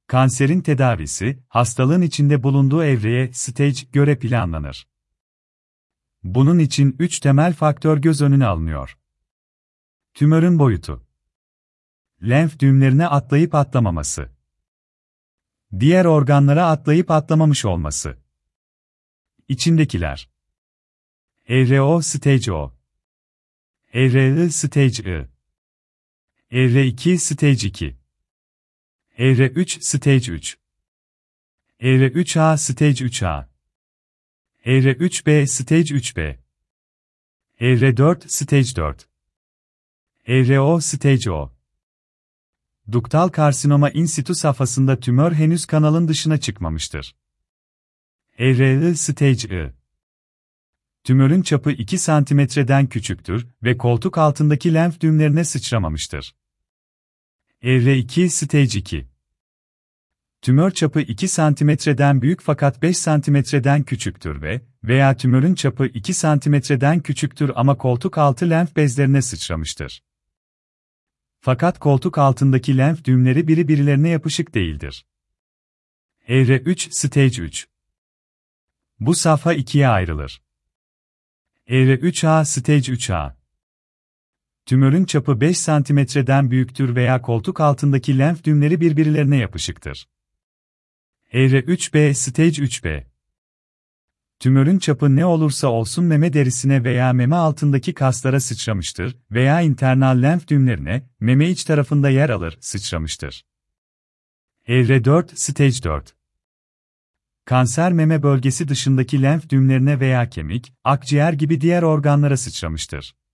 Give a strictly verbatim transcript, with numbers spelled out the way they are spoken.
Kanserin tedavisi, hastalığın içinde bulunduğu evreye, stage göre planlanır. Bunun için üç temel faktör göz önüne alınıyor. Tümörün boyutu. Lenf düğümlerine atlayıp atlamaması. Diğer organlara atlayıp atlamamış olması. İçindekiler. Evre O stage O. Evre I stage I. Evre iki stage iki. Evre üç stage üç. Evre üç A stage üç A. Evre üç B stage üç B. Evre dört stage dört. Evre O stage O. Duktal karsinoma in situ safhasında tümör henüz kanalın dışına çıkmamıştır. Evre I stage I. Tümörün çapı iki santimetreden küçüktür ve koltuk altındaki lenf düğümlerine sıçramamıştır. Evre iki stage iki. Tümör çapı iki santimetreden büyük fakat beş santimetreden küçüktür ve veya tümörün çapı iki santimetreden küçüktür ama koltuk altı lenf bezlerine sıçramıştır. Fakat koltuk altındaki lenf düğümleri biri birilerine yapışık değildir. Evre üç stage üç. Bu safha ikiye ayrılır. Evre üç A stage üç A. Tümörün çapı beş santimetreden büyüktür veya koltuk altındaki lenf düğümleri birbirlerine yapışıktır. Evre üç B stage üç B. Tümörün çapı ne olursa olsun meme derisine veya meme altındaki kaslara sıçramıştır veya internal lenf düğümlerine, meme iç tarafında yer alır, sıçramıştır. Evre dört stage dört. Kanser meme bölgesi dışındaki lenf düğümlerine veya kemik, akciğer gibi diğer organlara sıçramıştır.